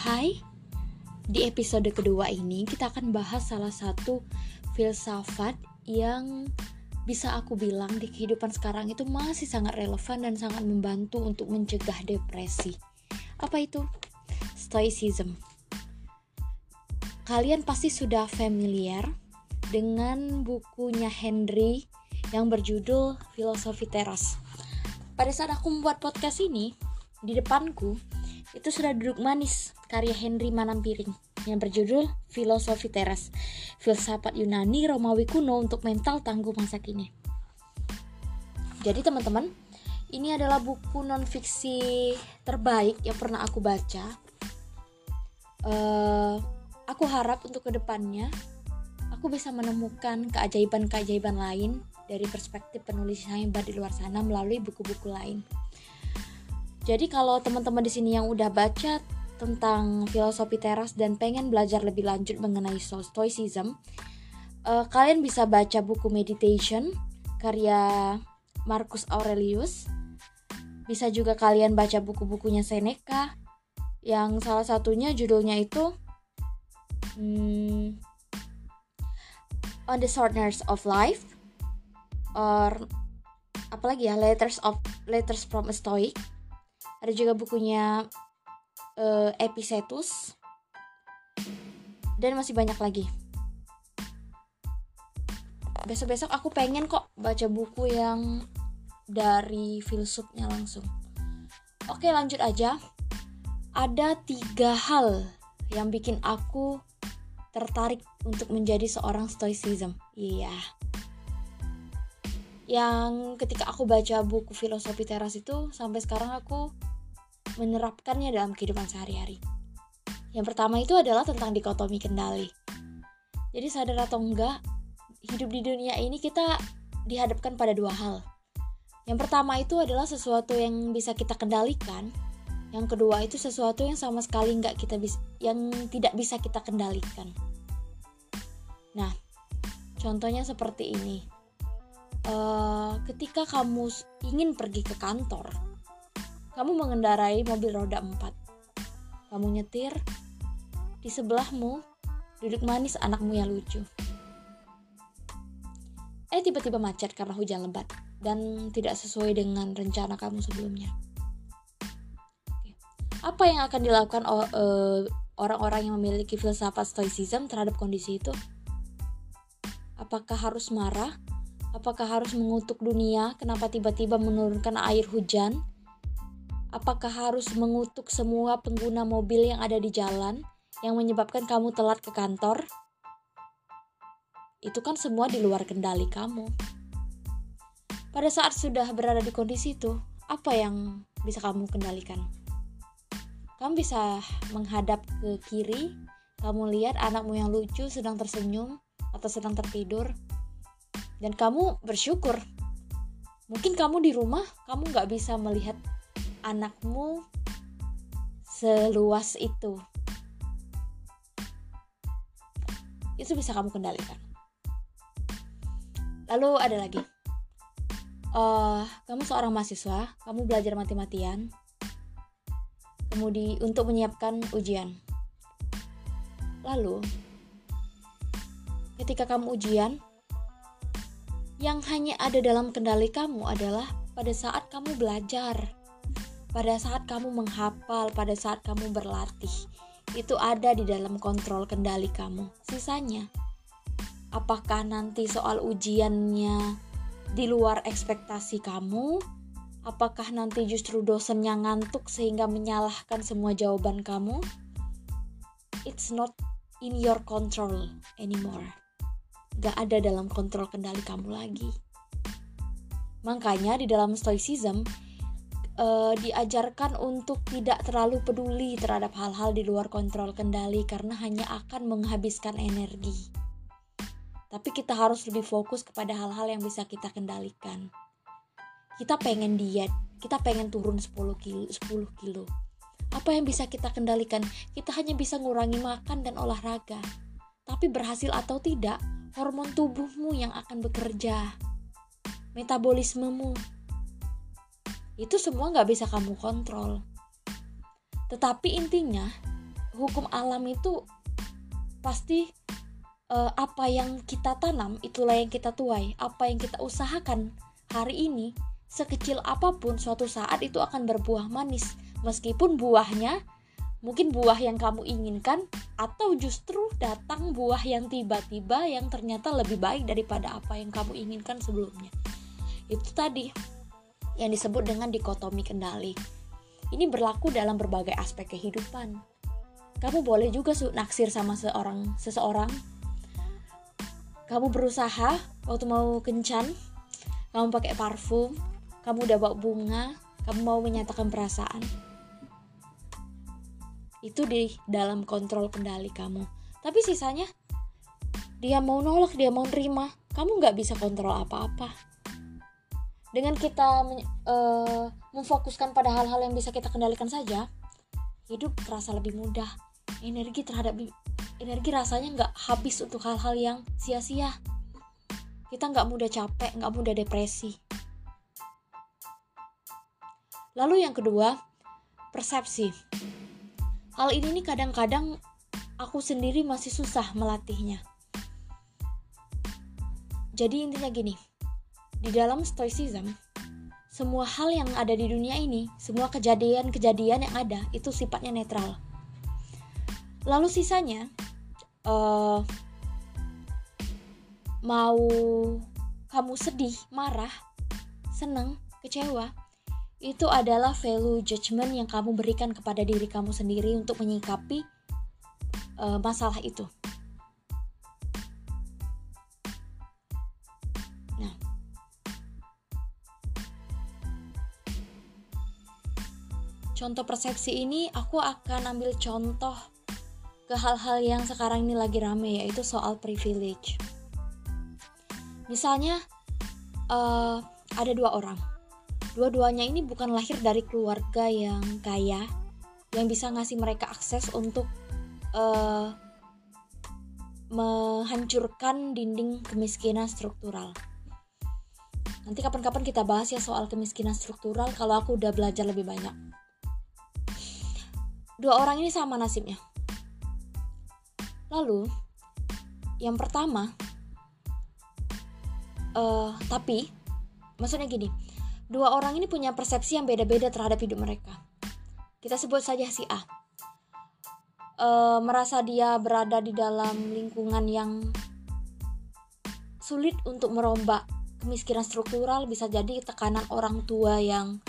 Hai, di episode kedua ini kita akan bahas salah satu filsafat yang bisa aku bilang di kehidupan sekarang itu masih sangat relevan dan sangat membantu untuk mencegah depresi. Apa itu? Stoicism. Kalian pasti sudah familiar dengan bukunya Henry yang berjudul Filosofi Teras. Pada saat aku membuat podcast ini, di depanku itu sudah duduk manis karya Henry Manampiring yang berjudul Filosofi Teras, filsafat Yunani Romawi kuno untuk mental tangguh masa kini. Jadi teman-teman, ini adalah buku non-fiksi terbaik yang pernah aku baca. Aku harap untuk kedepannya aku bisa menemukan keajaiban-keajaiban lain dari perspektif penulis yang hebat di luar sana melalui buku-buku lain. Jadi kalau teman-teman di sini yang udah baca tentang filosofi teras dan pengen belajar lebih lanjut mengenai stoicism, kalian bisa baca buku Meditation karya Marcus Aurelius. Bisa juga kalian baca buku-bukunya Seneca yang salah satunya judulnya itu On the Shortness of Life, or apalagi ya, Letters from a Stoic. Ada juga bukunya Epictetus, dan masih banyak lagi. Besok-besok aku pengen kok baca buku yang dari filsufnya langsung. Oke, lanjut aja. Ada 3 hal yang bikin aku tertarik untuk menjadi seorang stoicism. Iya. Yang ketika aku baca buku Filosofi Teras itu, sampai sekarang aku menerapkannya dalam kehidupan sehari-hari. Yang pertama itu adalah tentang dikotomi kendali. Jadi sadar atau enggak, hidup di dunia ini kita dihadapkan pada 2 hal. Yang pertama itu adalah sesuatu yang bisa kita kendalikan. Yang kedua itu sesuatu yang sama sekali yang tidak bisa kita kendalikan. Nah, contohnya seperti ini. Ketika kamu ingin pergi ke kantor, kamu mengendarai mobil roda 4. Kamu nyetir, di sebelahmu duduk manis anakmu yang lucu. Tiba-tiba macet karena hujan lebat dan tidak sesuai dengan rencana kamu sebelumnya. Apa yang akan dilakukan orang-orang yang memiliki filsafat stoicism terhadap kondisi itu? Apakah harus marah? Apakah harus mengutuk dunia kenapa tiba-tiba menurunkan air hujan? Apakah harus mengutuk semua pengguna mobil yang ada di jalan yang menyebabkan kamu telat ke kantor? Itu kan semua di luar kendali kamu. Pada saat sudah berada di kondisi itu, apa yang bisa kamu kendalikan? Kamu bisa menghadap ke kiri, kamu lihat anakmu yang lucu sedang tersenyum atau sedang tertidur, dan kamu bersyukur. Mungkin kamu di rumah, kamu gak bisa melihat anakmu seluas itu. Itu bisa kamu kendalikan. Lalu ada lagi. Kamu seorang mahasiswa, kamu belajar mati-matian. Kemudian untuk menyiapkan ujian. Lalu ketika kamu ujian, yang hanya ada dalam kendali kamu adalah pada saat kamu belajar, pada saat kamu menghafal, pada saat kamu berlatih. Itu ada di dalam kontrol kendali kamu. Sisanya, apakah nanti soal ujiannya di luar ekspektasi kamu? Apakah nanti justru dosennya ngantuk sehingga menyalahkan semua jawaban kamu? It's not in your control anymore. Gak ada dalam kontrol kendali kamu lagi. Makanya di dalam stoicism diajarkan untuk tidak terlalu peduli terhadap hal-hal di luar kontrol kendali karena hanya akan menghabiskan energi. Tapi kita harus lebih fokus kepada hal-hal yang bisa kita kendalikan. Kita pengen diet, kita pengen turun 10 kilo. Apa yang bisa kita kendalikan? Kita hanya bisa ngurangi makan dan olahraga. Tapi berhasil atau tidak, hormon tubuhmu yang akan bekerja. Metabolismemu. Itu semua gak bisa kamu kontrol. Tetapi intinya, hukum alam itu pasti apa yang kita tanam itulah yang kita tuai. Apa yang kita usahakan hari ini, sekecil apapun, suatu saat itu akan berbuah manis. Meskipun buahnya mungkin buah yang kamu inginkan, atau justru datang buah yang tiba-tiba yang ternyata lebih baik daripada apa yang kamu inginkan sebelumnya. Itu tadi yang disebut dengan dikotomi kendali. Ini berlaku dalam berbagai aspek kehidupan. Kamu boleh juga naksir sama seseorang. Kamu berusaha waktu mau kencan, kamu pakai parfum, kamu udah bawa bunga, kamu mau menyatakan perasaan. Itu di dalam kontrol kendali kamu. Tapi sisanya, dia mau nolak, dia mau nerima, kamu gak bisa kontrol apa-apa. Dengan kita memfokuskan pada hal-hal yang bisa kita kendalikan saja, hidup terasa lebih mudah. Energi rasanya gak habis untuk hal-hal yang sia-sia. Kita gak mudah capek, gak mudah depresi. Lalu yang kedua, persepsi. Hal ini nih kadang-kadang aku sendiri masih susah melatihnya. Jadi intinya gini, di dalam stoicism, semua hal yang ada di dunia ini, semua kejadian-kejadian yang ada, itu sifatnya netral. Lalu sisanya, mau kamu sedih, marah, senang, kecewa, itu adalah value judgment yang kamu berikan kepada diri kamu sendiri untuk menyikapi masalah itu. Nah, contoh persepsi ini aku akan ambil contoh ke hal-hal yang sekarang ini lagi rame, yaitu soal privilege. Misalnya ada dua orang. Dua-duanya ini bukan lahir dari keluarga yang kaya, yang bisa ngasih mereka akses untuk menghancurkan dinding kemiskinan struktural. Nanti kapan-kapan kita bahas ya soal kemiskinan struktural kalau aku udah belajar lebih banyak. Dua orang ini sama nasibnya. Lalu, yang pertama, tapi maksudnya gini, dua orang ini punya persepsi yang beda-beda terhadap hidup mereka. Kita sebut saja si A. Merasa dia berada di dalam lingkungan yang sulit untuk merombak kemiskinan struktural, bisa jadi tekanan orang tua yang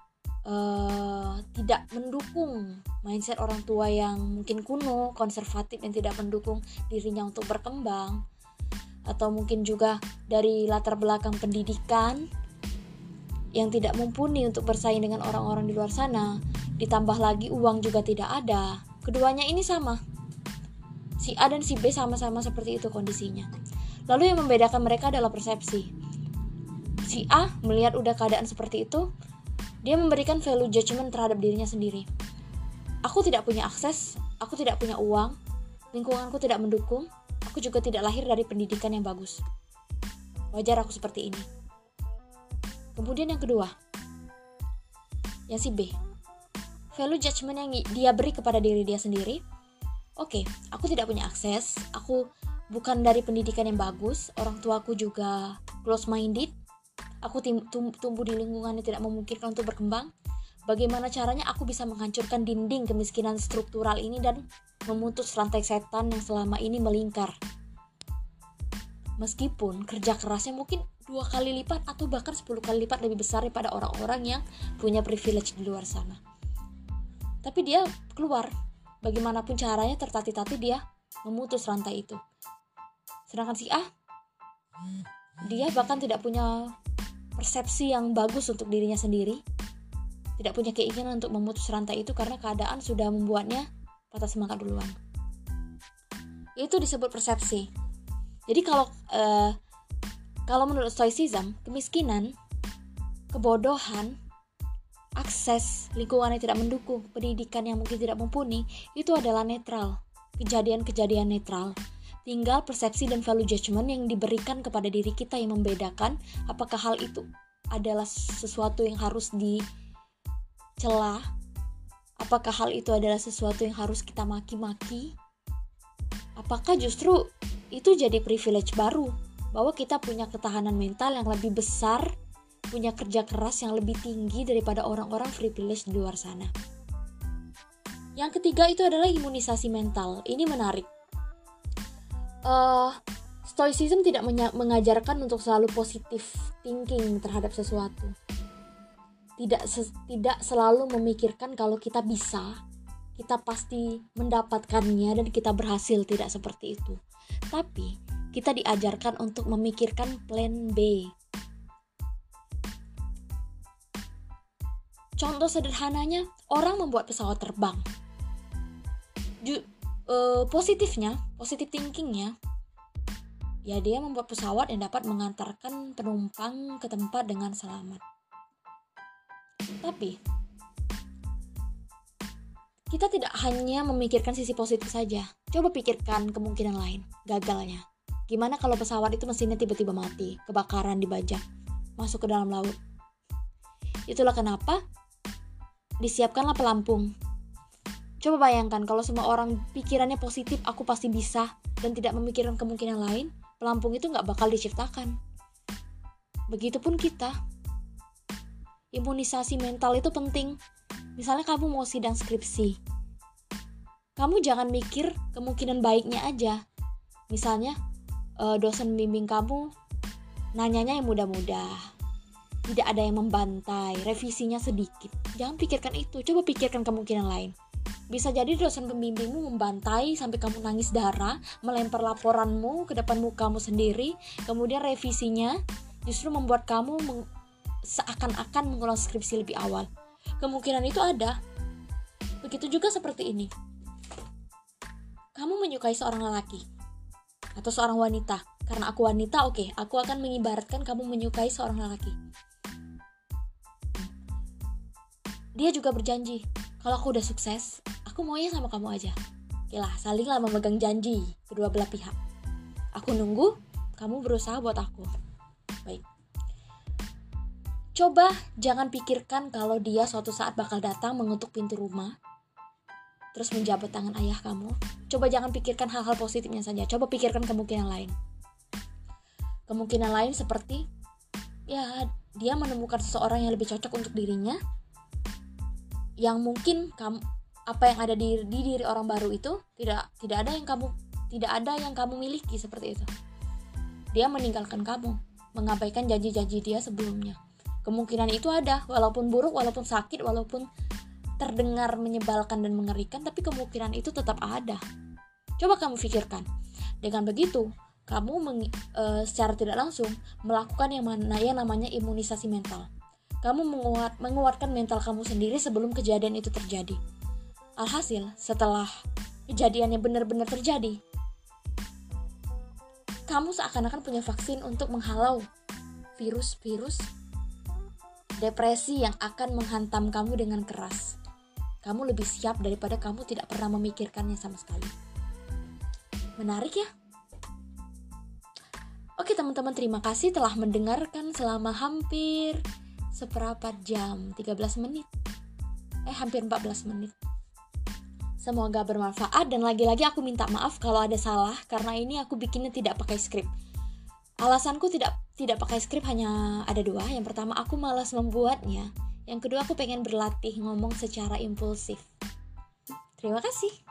tidak mendukung, mindset orang tua yang mungkin kuno, konservatif, yang tidak mendukung dirinya untuk berkembang, atau mungkin juga dari latar belakang pendidikan yang tidak mumpuni untuk bersaing dengan orang-orang di luar sana, ditambah lagi uang juga tidak ada. Keduanya ini sama, si A dan si B sama-sama seperti itu kondisinya. Lalu yang membedakan mereka adalah persepsi. Si A melihat udah keadaan seperti itu, dia memberikan value judgment terhadap dirinya sendiri. Aku tidak punya akses, aku tidak punya uang, lingkunganku tidak mendukung, aku juga tidak lahir dari pendidikan yang bagus. Wajar aku seperti ini. Kemudian yang kedua, yang si B, value judgment yang dia beri kepada diri dia sendiri. Oke, aku tidak punya akses, aku bukan dari pendidikan yang bagus, orang tuaku juga close minded, aku tumbuh di lingkungan yang tidak memungkinkan untuk berkembang. Bagaimana caranya aku bisa menghancurkan dinding kemiskinan struktural ini dan memutus rantai setan yang selama ini melingkar. Meskipun kerja kerasnya mungkin 2 kali lipat atau bahkan 10 kali lipat lebih besar daripada orang-orang yang punya privilege di luar sana. Tapi dia keluar, bagaimanapun caranya tertatih-tatih dia memutus rantai itu. Sedangkan si A, dia bahkan tidak punya persepsi yang bagus untuk dirinya sendiri, tidak punya keinginan untuk memutus rantai itu karena keadaan sudah membuatnya patah semangat duluan. Itu disebut persepsi. Jadi kalau menurut stoicism, kemiskinan, kebodohan, akses lingkungan yang tidak mendukung, pendidikan yang mungkin tidak mumpuni, itu adalah netral, kejadian-kejadian netral. Tinggal persepsi dan value judgment yang diberikan kepada diri kita yang membedakan apakah hal itu adalah sesuatu yang harus dicela Apakah hal itu adalah sesuatu yang harus kita maki-maki? Apakah justru itu jadi privilege baru, bahwa kita punya ketahanan mental yang lebih besar, punya kerja keras yang lebih tinggi daripada orang-orang privilege di luar sana? Yang ketiga itu adalah imunisasi mental. Ini menarik. Stoicism tidak mengajarkan untuk selalu positive thinking terhadap sesuatu. Tidak selalu memikirkan kalau kita bisa, kita pasti mendapatkannya dan kita berhasil, tidak seperti itu. Tapi kita diajarkan untuk memikirkan plan B. Contoh sederhananya, orang membuat pesawat terbang. Positive thinkingnya, ya dia membuat pesawat yang dapat mengantarkan penumpang ke tempat dengan selamat. Tapi kita tidak hanya memikirkan sisi positif saja. Coba pikirkan kemungkinan lain, gagalnya. Gimana kalau pesawat itu mesinnya tiba-tiba mati, kebakaran, dibajak, masuk ke dalam laut? Itulah kenapa disiapkanlah pelampung. Coba bayangkan kalau semua orang pikirannya positif, aku pasti bisa, dan tidak memikirkan kemungkinan lain, pelampung itu gak bakal diciptakan. Begitupun kita. Imunisasi mental itu penting. Misalnya kamu mau sidang skripsi, kamu jangan mikir kemungkinan baiknya aja. Misalnya dosen bimbing kamu nanyanya yang mudah-mudah, tidak ada yang membantai, revisinya sedikit. Jangan pikirkan itu, coba pikirkan kemungkinan lain. Bisa jadi dosen pembimbingmu membantai sampai kamu nangis darah, melempar laporanmu ke depan mukamu sendiri, kemudian revisinya justru membuat kamu seakan-akan mengulang skripsi lebih awal. Kemungkinan itu ada. Begitu juga seperti ini. Kamu menyukai seorang lelaki atau seorang wanita. Karena aku wanita, oke, aku akan mengibaratkan kamu menyukai seorang lelaki. Dia juga berjanji, kalau aku udah sukses, aku maunya sama kamu aja. Oke lah, salinglah memegang janji kedua belah pihak. Aku nunggu, kamu berusaha buat aku. Baik. Coba jangan pikirkan kalau dia suatu saat bakal datang mengetuk pintu rumah, terus menjabat tangan ayah kamu. Coba jangan pikirkan hal-hal positifnya saja. Coba pikirkan kemungkinan lain. Kemungkinan lain seperti, ya dia menemukan seseorang yang lebih cocok untuk dirinya, yang mungkin apa yang ada di diri orang baru itu tidak ada yang kamu miliki seperti itu. Dia meninggalkan kamu, mengabaikan janji-janji dia sebelumnya. Kemungkinan itu ada, walaupun buruk, walaupun sakit, walaupun terdengar menyebalkan dan mengerikan, tapi kemungkinan itu tetap ada. Coba kamu pikirkan. Dengan begitu, kamu secara tidak langsung melakukan yang namanya imunisasi mental. Kamu menguatkan mental kamu sendiri sebelum kejadian itu terjadi. Alhasil, setelah kejadiannya benar-benar terjadi, kamu seakan-akan punya vaksin untuk menghalau virus-virus depresi yang akan menghantam kamu dengan keras. Kamu lebih siap daripada kamu tidak pernah memikirkannya sama sekali. Menarik ya? Oke teman-teman, terima kasih telah mendengarkan selama hampir seperempat jam, 13 menit. Hampir 14 menit. Semoga bermanfaat, dan lagi-lagi aku minta maaf kalau ada salah, karena ini aku bikinnya tidak pakai skrip. Alasanku tidak pakai skrip hanya ada dua. Yang pertama, aku malas membuatnya. Yang kedua, aku pengen berlatih ngomong secara impulsif. Terima kasih.